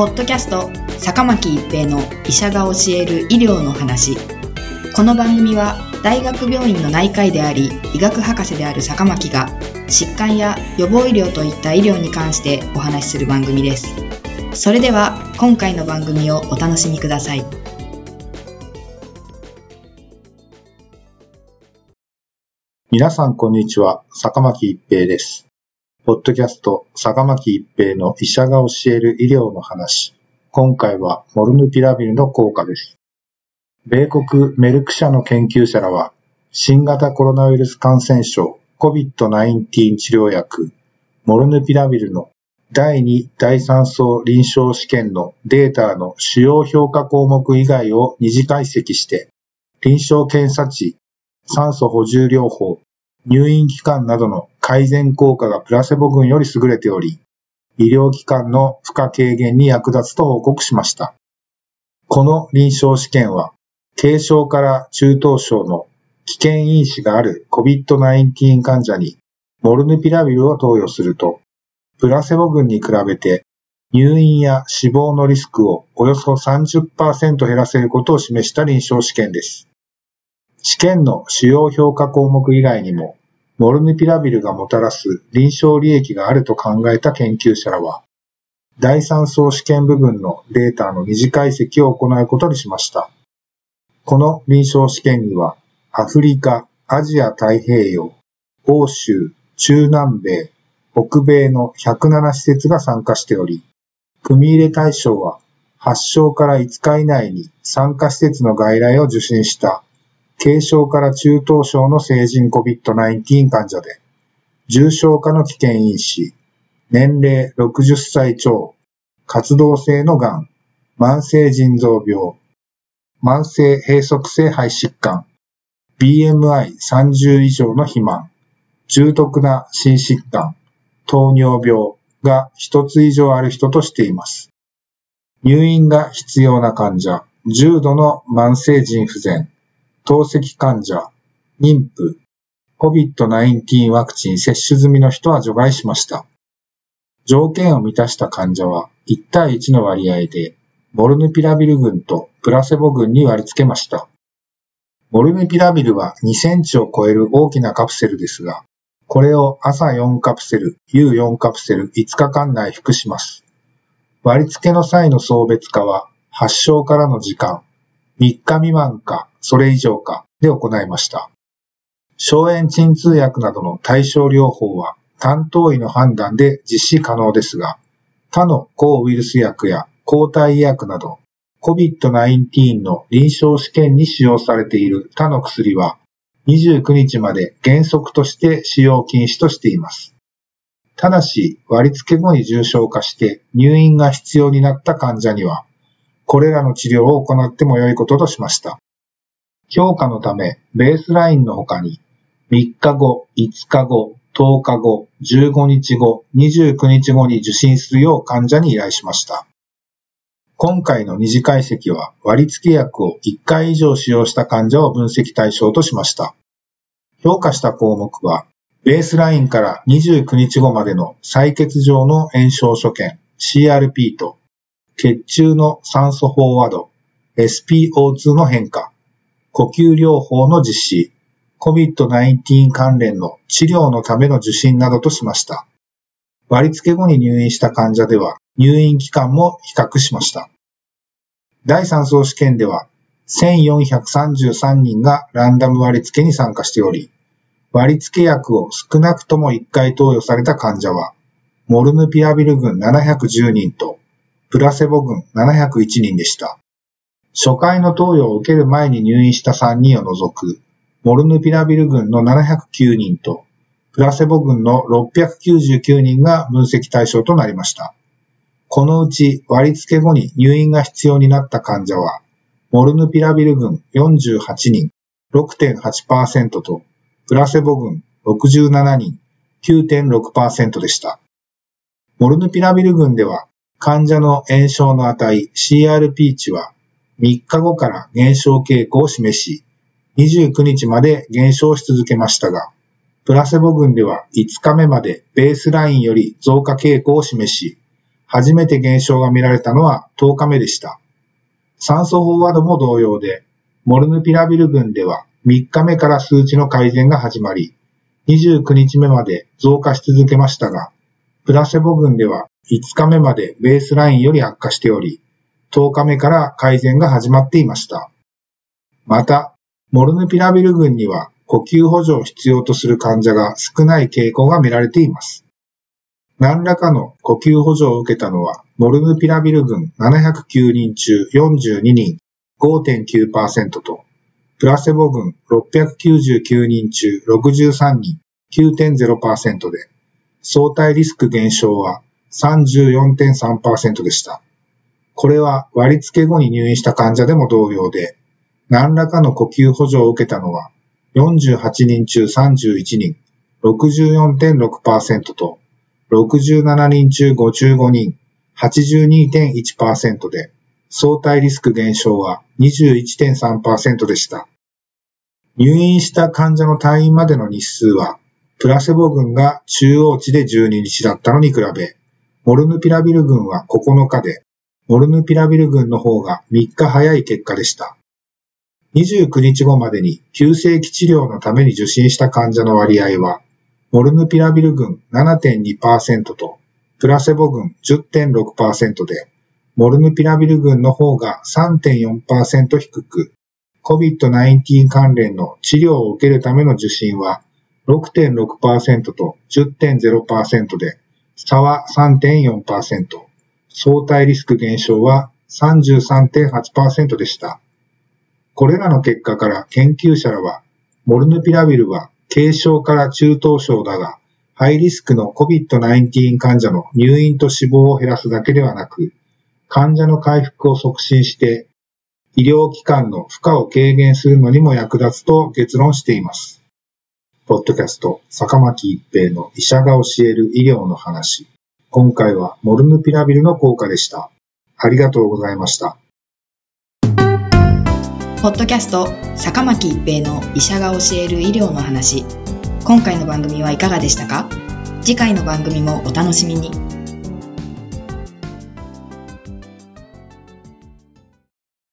ポッドキャスト坂巻一平の医者が教える医療の話。この番組は大学病院の内科医であり医学博士である坂巻が疾患や予防医療といった医療に関してお話しする番組です。それでは今回の番組をお楽しみください。 皆さんこんにちは、坂巻一平です。ポッドキャスト坂巻一平の医者が教える医療の話。今回はモルヌピラビルの効果です。米国メルク社の研究者らは、新型コロナウイルス感染症 COVID-19 治療薬モルヌピラビルの第2、第3層臨床試験のデータの主要評価項目以外を二次解析して、臨床検査値、酸素補充療法、入院期間などの改善効果がプラセボ群より優れており、医療機関の負荷軽減に役立つと報告しました。この臨床試験は、軽症から中等症の危険因子がある COVID-19 患者にモルヌピラビルを投与すると、プラセボ群に比べて入院や死亡のリスクをおよそ 30% 減らせることを示した臨床試験です。試験の主要評価項目以外にも、モルヌピラビルがもたらす臨床利益があると考えた研究者らは、第3層試験部分のデータの二次解析を行うことにしました。この臨床試験には、アフリカ、アジア太平洋、欧州、中南米、北米の107施設が参加しており、組入れ対象は発症から5日以内に参加施設の外来を受診した軽症から中等症の成人 COVID-19 患者で、重症化の危険因子、年齢60歳超、活動性のがん、慢性腎臓病、慢性閉塞性肺疾患、BMI30 以上の肥満、重篤な心疾患、糖尿病が1つ以上ある人としています。入院が必要な患者、重度の慢性腎不全、透析患者、妊婦、COVID-19 ワクチン接種済みの人は除外しました。条件を満たした患者は1対1の割合で、モルヌピラビル群とプラセボ群に割り付けました。モルヌピラビルは2センチを超える大きなカプセルですが、これを朝4カプセル、夕4カプセル5日間内服します。割り付けの際の送別化は発症からの時間、3日未満かそれ以上かで行いました。消炎鎮痛薬などの対症療法は担当医の判断で実施可能ですが、他の抗ウイルス薬や抗体医薬など COVID-19 の臨床試験に使用されている他の薬は29日まで原則として使用禁止としています。ただし割り付け後に重症化して入院が必要になった患者にはこれらの治療を行っても良いこととしました。評価のため、ベースラインの他に、3日後、5日後、10日後、15日後、29日後に受診するよう患者に依頼しました。今回の二次解析は、割り付け薬を1回以上使用した患者を分析対象としました。評価した項目は、ベースラインから29日後までの採血上の炎症所見、CRP と、血中の酸素飽和度、SpO2 の変化、呼吸療法の実施、COVID-19 関連の治療のための受診などとしました。割り付け後に入院した患者では入院期間も比較しました。第3層試験では1433人がランダム割り付けに参加しており、割り付け薬を少なくとも1回投与された患者は、モルヌピラビル群710人とプラセボ群701人でした。初回の投与を受ける前に入院した3人を除く、モルヌピラビル群の709人と、プラセボ群の699人が分析対象となりました。このうち割り付け後に入院が必要になった患者は、モルヌピラビル群48人、6.8% と、プラセボ群67人、9.6% でした。モルヌピラビル群では、患者の炎症の値 CRP 値は、3日後から減少傾向を示し、29日まで減少し続けましたが、プラセボ群では5日目までベースラインより増加傾向を示し、 初めて減少が見られたのは10日目でした。酸素飽和度も同様で、モルヌピラビル群では3日目から数値の改善が始まり、29日目まで増加し続けましたが、プラセボ群では5日目までベースラインより悪化しており、10日目から改善が始まっていました。また、モルヌピラビル群には呼吸補助を必要とする患者が少ない傾向が見られています。何らかの呼吸補助を受けたのは、モルヌピラビル群709人中42人 5.9% と、プラセボ群699人中63人 9.0% で、相対リスク減少は 34.3% でした。これは割り付け後に入院した患者でも同様で、何らかの呼吸補助を受けたのは48人中31人 64.6% と、67人中55人 82.1% で、相対リスク減少は 21.3% でした。入院した患者の退院までの日数は、プラセボ群が中央値で12日だったのに比べ、モルヌピラビル群は9日で、モルヌピラビル群の方が3日早い結果でした。29日後までに急性期治療のために受診した患者の割合は、モルヌピラビル群 7.2% と、プラセボ群 10.6% で、モルヌピラビル群の方が 3.4% 低く、COVID-19 関連の治療を受けるための受診は 6.6% と 10.0% で、差は 3.4%、相対リスク減少は 33.8% でした。これらの結果から研究者らは、モルヌピラビルは軽症から中等症だが、ハイリスクの COVID-19 患者の入院と死亡を減らすだけではなく、患者の回復を促進して、医療機関の負荷を軽減するのにも役立つと結論しています。ポッドキャスト、坂巻一平の医者が教える医療の話。今回はモルヌピラビルの効果でした。ありがとうございました。 ポッドキャスト、坂巻一平の医者が教える医療の話。今回の番組はいかがでしたか？次回の番組もお楽しみに。